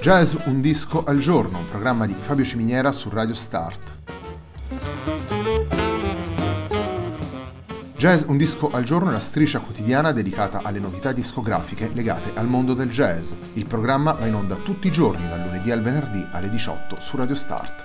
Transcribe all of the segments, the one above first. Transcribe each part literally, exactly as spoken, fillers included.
Jazz un disco al giorno, un programma di Fabio Ciminiera su Radio Start. Jazz un disco al giorno è la striscia quotidiana dedicata alle novità discografiche legate al mondo del jazz. Il programma va in onda tutti i giorni, dal lunedì al venerdì alle diciotto su Radio Start.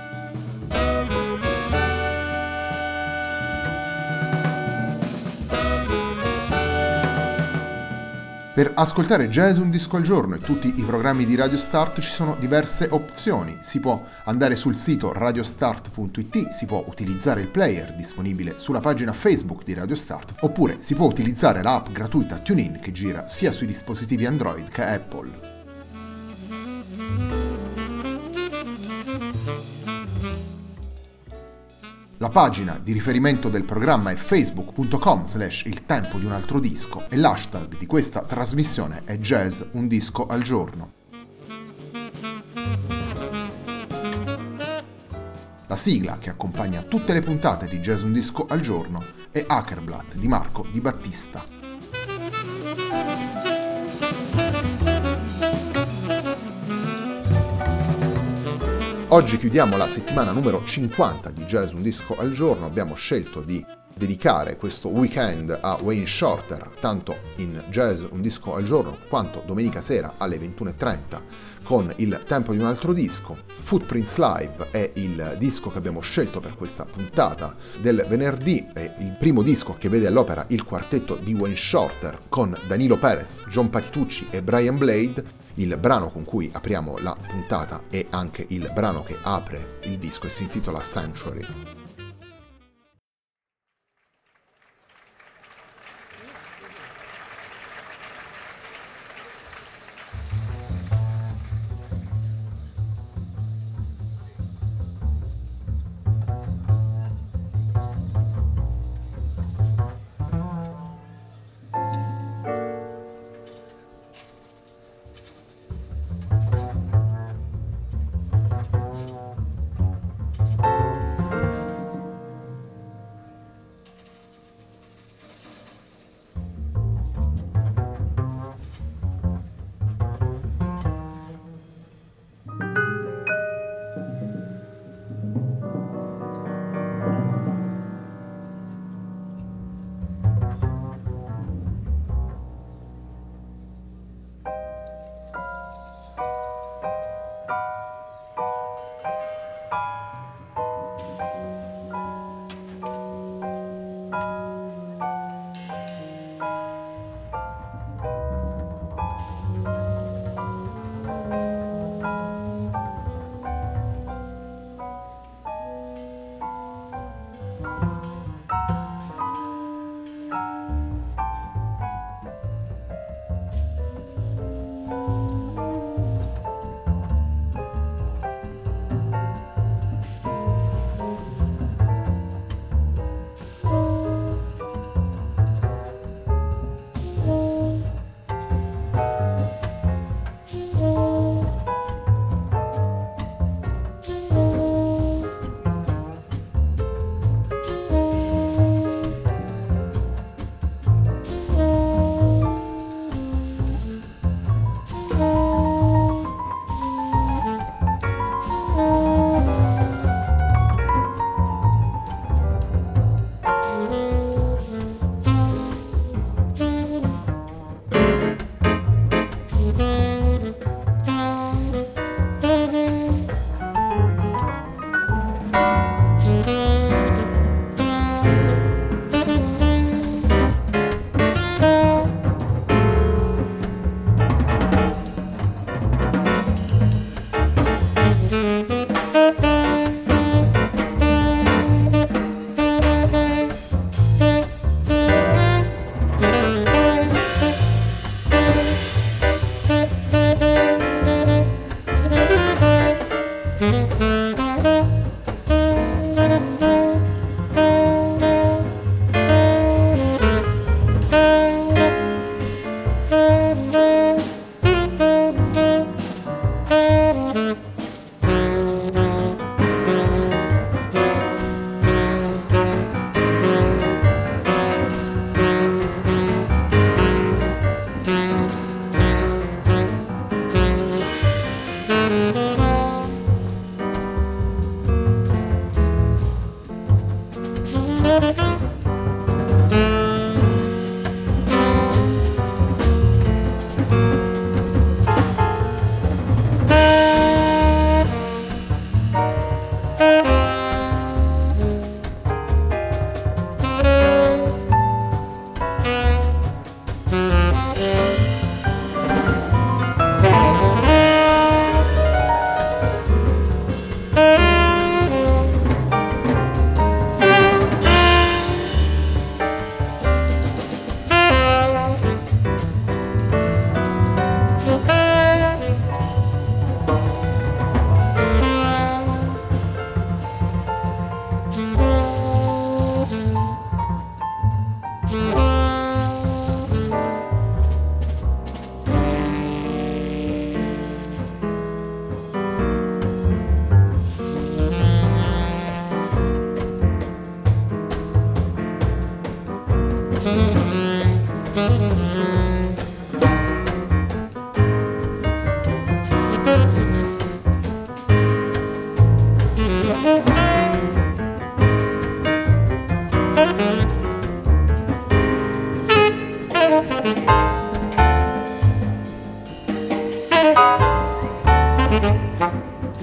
Per ascoltare Jazz un disco al giorno e tutti i programmi di Radio Start ci sono diverse opzioni. Si può andare sul sito radiostart punto it, si può utilizzare il player disponibile sulla pagina Facebook di Radio Start, oppure si può utilizzare l'app gratuita TuneIn che gira sia sui dispositivi Android che Apple. La pagina di riferimento del programma è facebook punto com slash il tempo di un altro disco e l'hashtag di questa trasmissione è Jazz un disco al giorno. La sigla che accompagna tutte le puntate di Jazz un disco al giorno è Hackerblatt di Marco Di Battista. Oggi chiudiamo la settimana numero cinquanta di Jazz un disco al giorno. Abbiamo scelto di dedicare questo weekend a Wayne Shorter, tanto in Jazz un disco al giorno quanto domenica sera alle ventuno e trenta con Il tempo di un altro disco. Footprints Live è il disco che abbiamo scelto per questa puntata del venerdì, è il primo disco che vede all'opera il quartetto di Wayne Shorter con Danilo Perez, John Patitucci e Brian Blade. Il brano con cui apriamo la puntata è anche il brano che apre il disco e si intitola Sanctuary.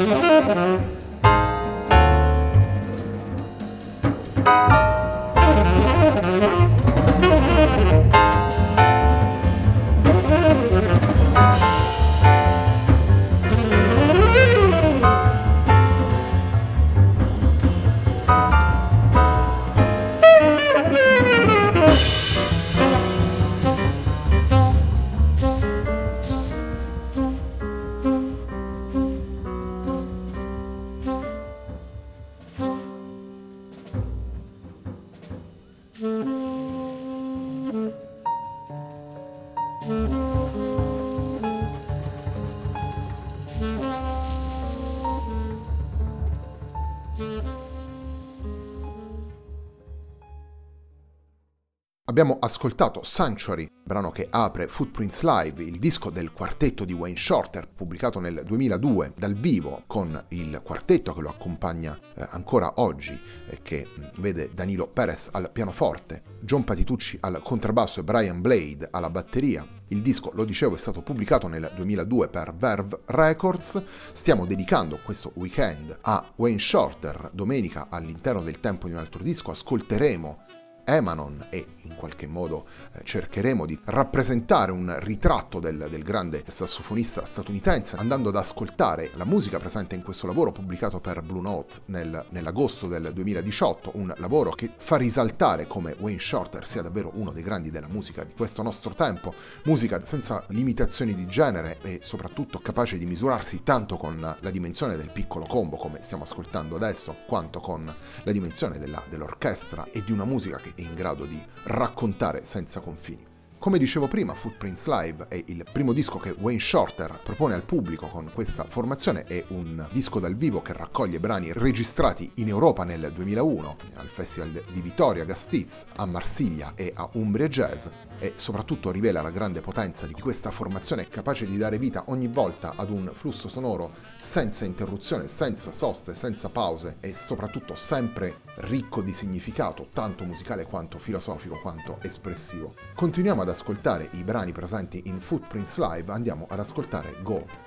Abbiamo ascoltato Sanctuary, brano che apre Footprints Live, il disco del quartetto di Wayne Shorter, pubblicato nel duemiladue dal vivo, con il quartetto che lo accompagna eh, ancora oggi, e che vede Danilo Perez al pianoforte, John Patitucci al contrabbasso e Brian Blade alla batteria. Il disco, lo dicevo, è stato pubblicato nel duemiladue per Verve Records. Stiamo dedicando questo weekend a Wayne Shorter. Domenica, all'interno del tempo di un altro disco, ascolteremo Emanon e in qualche modo eh, cercheremo di rappresentare un ritratto del, del grande sassofonista statunitense, andando ad ascoltare la musica presente in questo lavoro pubblicato per Blue Note nel, nell'agosto del duemiladiciotto, un lavoro che fa risaltare come Wayne Shorter sia davvero uno dei grandi della musica di questo nostro tempo, musica senza limitazioni di genere e soprattutto capace di misurarsi tanto con la dimensione del piccolo combo, come stiamo ascoltando adesso, quanto con la dimensione della, dell'orchestra e di una musica che è in grado di raccontare senza confini. Come dicevo prima, Footprints Live è il primo disco che Wayne Shorter propone al pubblico con questa formazione, è un disco dal vivo che raccoglie brani registrati in Europa nel duemilauno al Festival di Vitoria Gasteiz, a Marsiglia e a Umbria Jazz, e soprattutto rivela la grande potenza di questa formazione, capace di dare vita ogni volta ad un flusso sonoro senza interruzione, senza soste, senza pause e soprattutto sempre ricco di significato, tanto musicale quanto filosofico quanto espressivo. Continuiamo ad ascoltare i brani presenti in Footprints Live, andiamo ad ascoltare Go.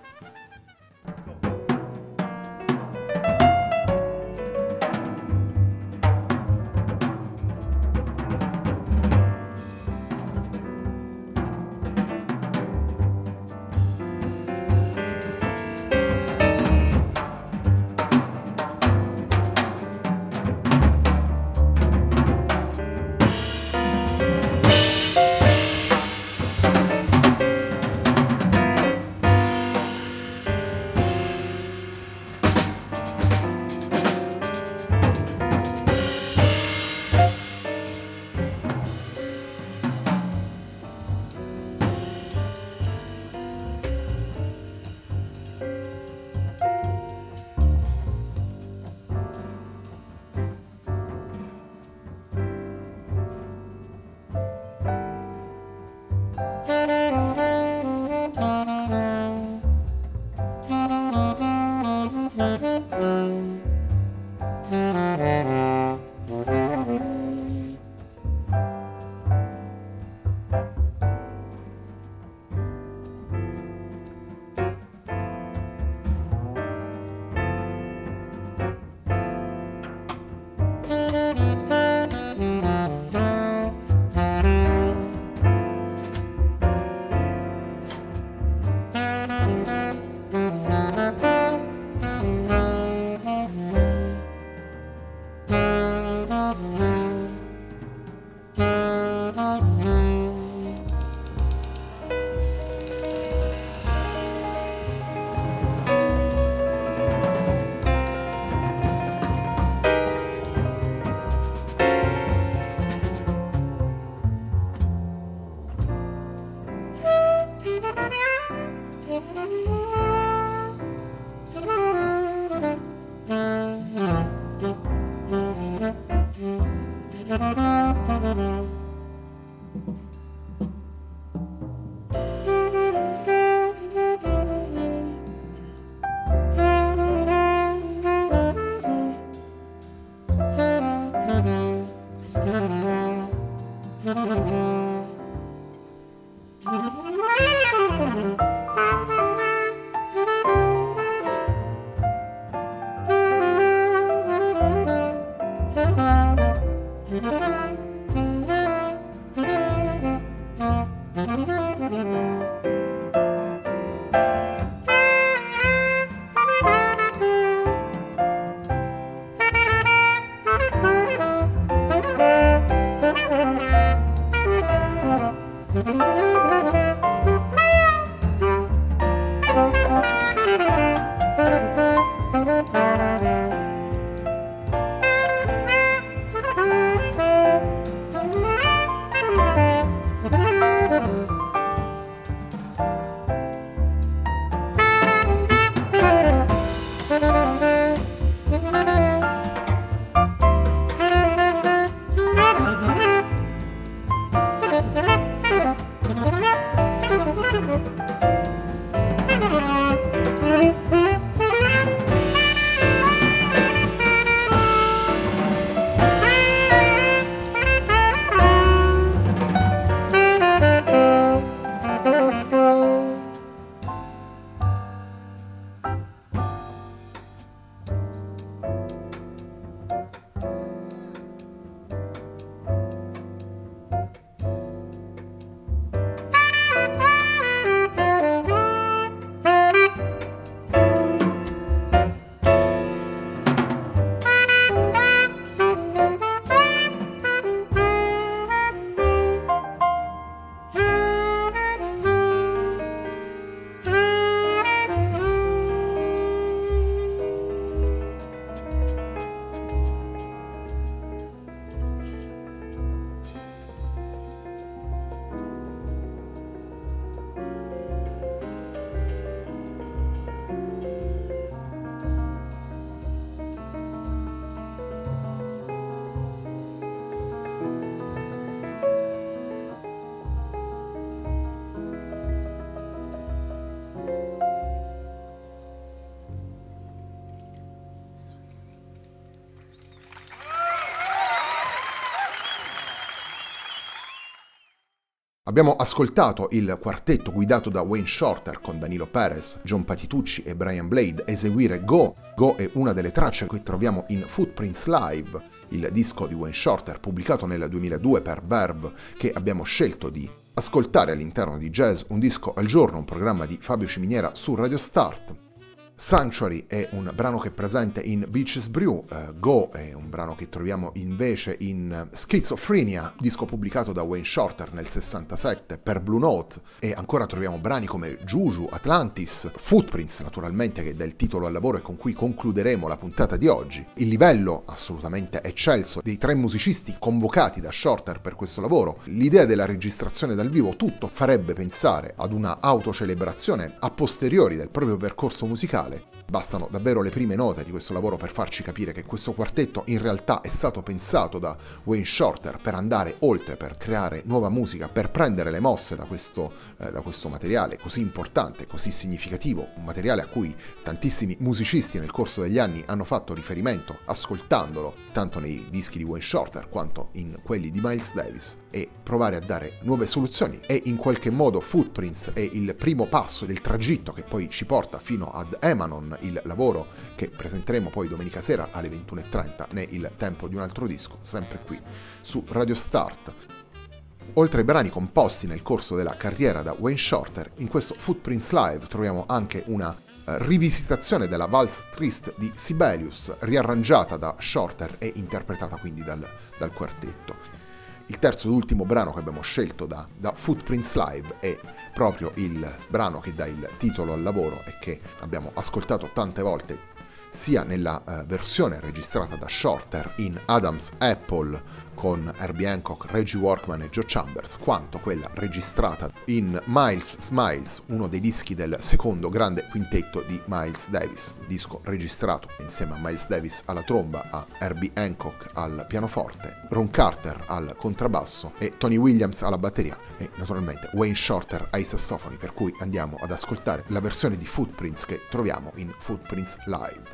Abbiamo ascoltato il quartetto guidato da Wayne Shorter con Danilo Perez, John Patitucci e Brian Blade eseguire Go. Go è una delle tracce che troviamo in Footprints Live, il disco di Wayne Shorter pubblicato nel duemiladue per Verve, che abbiamo scelto di ascoltare all'interno di Jazz Un Disco al Giorno, un programma di Fabio Ciminiera su Radio Start. Sanctuary è un brano che è presente in Beaches Brew, uh, Go è un brano che troviamo invece in Schizophrenia, disco pubblicato da Wayne Shorter nel sessantasette per Blue Note, e ancora troviamo brani come Juju, Atlantis, Footprints naturalmente, che dà il titolo al lavoro e con cui concluderemo la puntata di oggi. Il livello assolutamente eccelso dei tre musicisti convocati da Shorter per questo lavoro, l'idea della registrazione dal vivo, tutto farebbe pensare ad una autocelebrazione a posteriori del proprio percorso musicale. Bastano davvero le prime note di questo lavoro per farci capire che questo quartetto in realtà è stato pensato da Wayne Shorter per andare oltre, per creare nuova musica, per prendere le mosse da questo, eh, da questo materiale così importante, così significativo, un materiale a cui tantissimi musicisti nel corso degli anni hanno fatto riferimento ascoltandolo, tanto nei dischi di Wayne Shorter quanto in quelli di Miles Davis, e provare a dare nuove soluzioni. E in qualche modo Footprints è il primo passo del tragitto che poi ci porta fino ad Emanon, il lavoro che presenteremo poi domenica sera alle ventuno e trenta né Il tempo di un altro disco, sempre qui su Radio Start. Oltre ai brani composti nel corso della carriera da Wayne Shorter, in questo Footprints Live troviamo anche una uh, rivisitazione della Valse Triste di Sibelius, riarrangiata da Shorter e interpretata quindi dal, dal quartetto. Il terzo ed ultimo brano che abbiamo scelto da, da Footprints Live è proprio il brano che dà il titolo al lavoro e che abbiamo ascoltato tante volte sia nella uh, versione registrata da Shorter in Adam's Apple con Herbie Hancock, Reggie Workman e Joe Chambers, quanto quella registrata in Miles Smiles, uno dei dischi del secondo grande quintetto di Miles Davis, disco registrato insieme a Miles Davis alla tromba, a Herbie Hancock al pianoforte, Ron Carter al contrabbasso e Tony Williams alla batteria e naturalmente Wayne Shorter ai sassofoni, per cui andiamo ad ascoltare la versione di Footprints che troviamo in Footprints Live.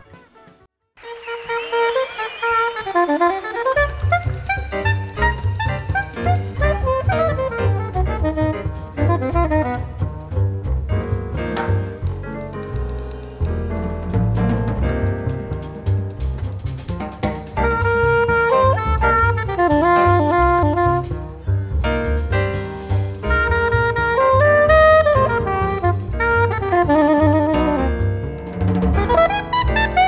Thank you.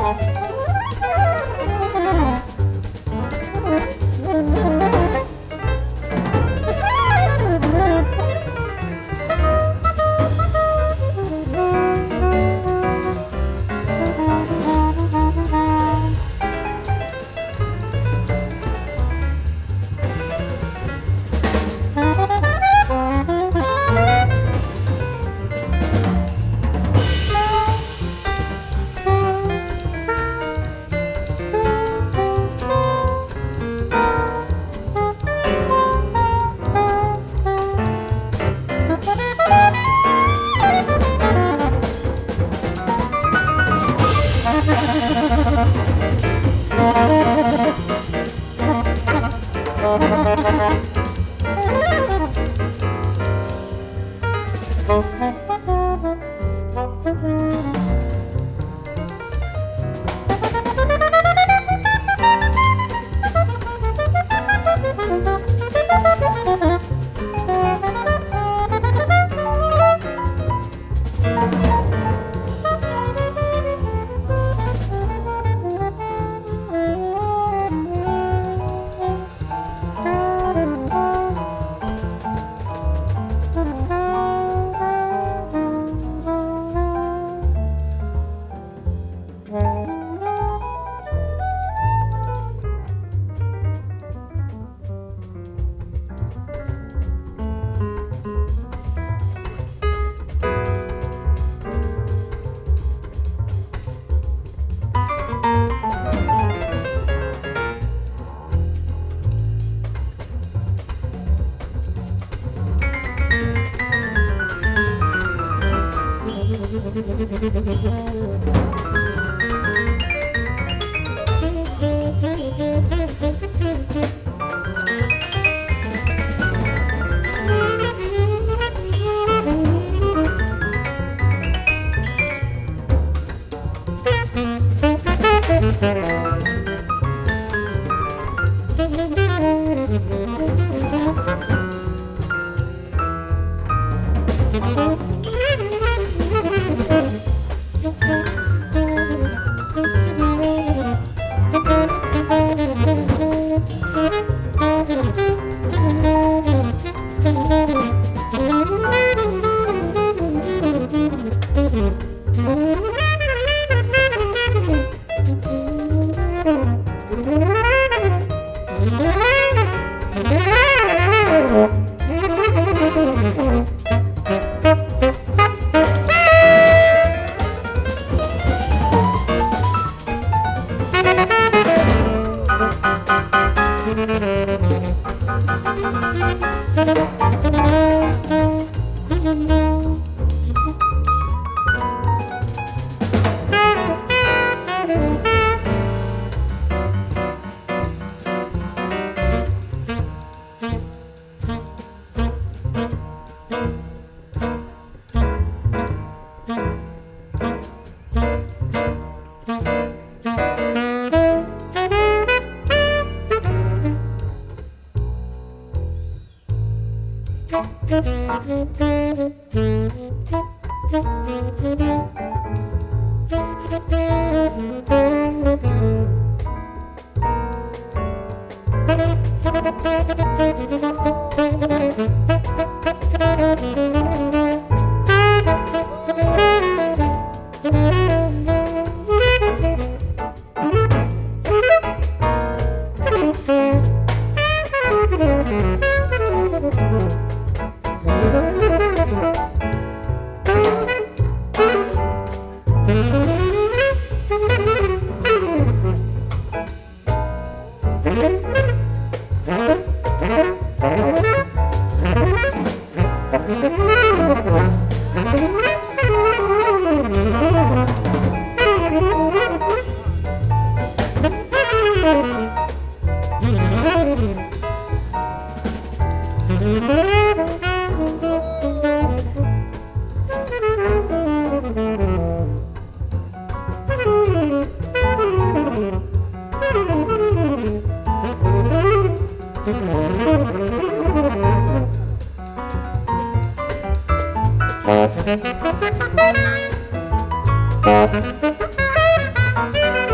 Thank you.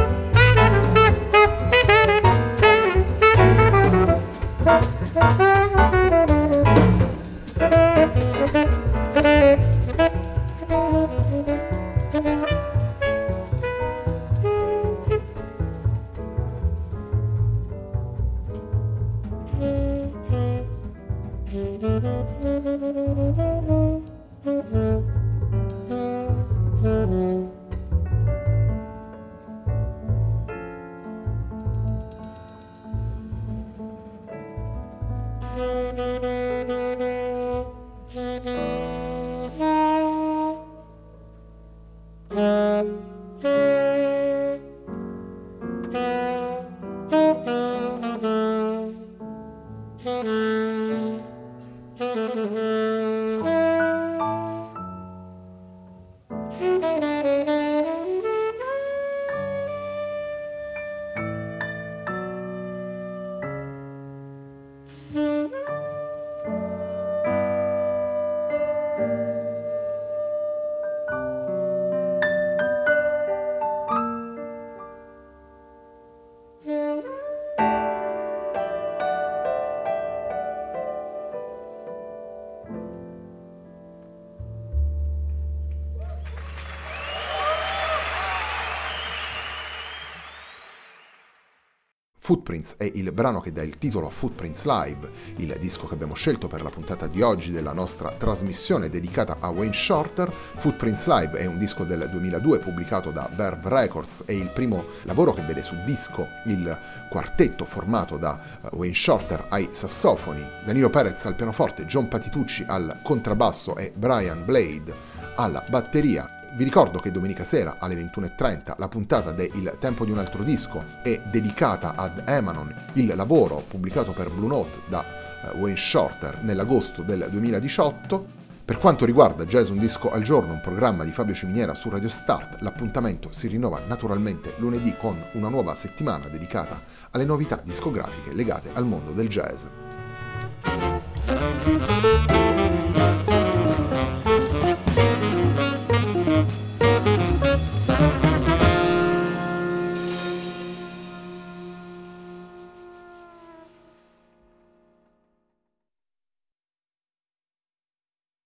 Footprints è il brano che dà il titolo a Footprints Live, il disco che abbiamo scelto per la puntata di oggi della nostra trasmissione dedicata a Wayne Shorter. Footprints Live è un disco del duemiladue pubblicato da Verve Records, è il primo lavoro che vede su disco il quartetto formato da Wayne Shorter ai sassofoni, Danilo Perez al pianoforte, John Patitucci al contrabbasso e Brian Blade alla batteria. Vi ricordo che domenica sera alle ventuno e trenta la puntata de Il tempo di un altro disco è dedicata ad Emanon, il lavoro pubblicato per Blue Note da Wayne Shorter nell'agosto del duemiladiciotto. Per quanto riguarda Jazz Un Disco al Giorno, un programma di Fabio Ciminiera su Radio Start, l'appuntamento si rinnova naturalmente lunedì con una nuova settimana dedicata alle novità discografiche legate al mondo del jazz.